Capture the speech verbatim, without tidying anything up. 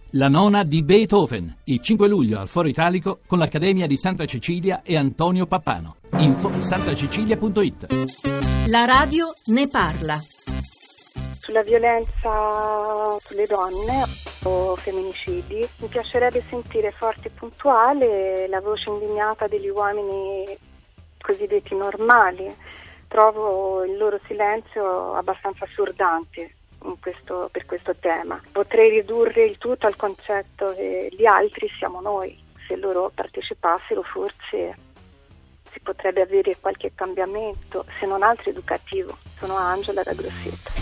La nona di Beethoven, il cinque luglio al Foro Italico con l'Accademia di Santa Cecilia e Antonio Pappano. Info santacecilia punto it. La radio ne parla. Sulla violenza sulle donne o femminicidi mi piacerebbe sentire forte e puntuale la voce indignata degli uomini cosiddetti normali. Trovo il loro silenzio abbastanza assordante in questo, per questo tema. Potrei ridurre il tutto al concetto che gli altri siamo noi. Se loro partecipassero forse si potrebbe avere qualche cambiamento, se non altro educativo. Sono Angela da Grosseto.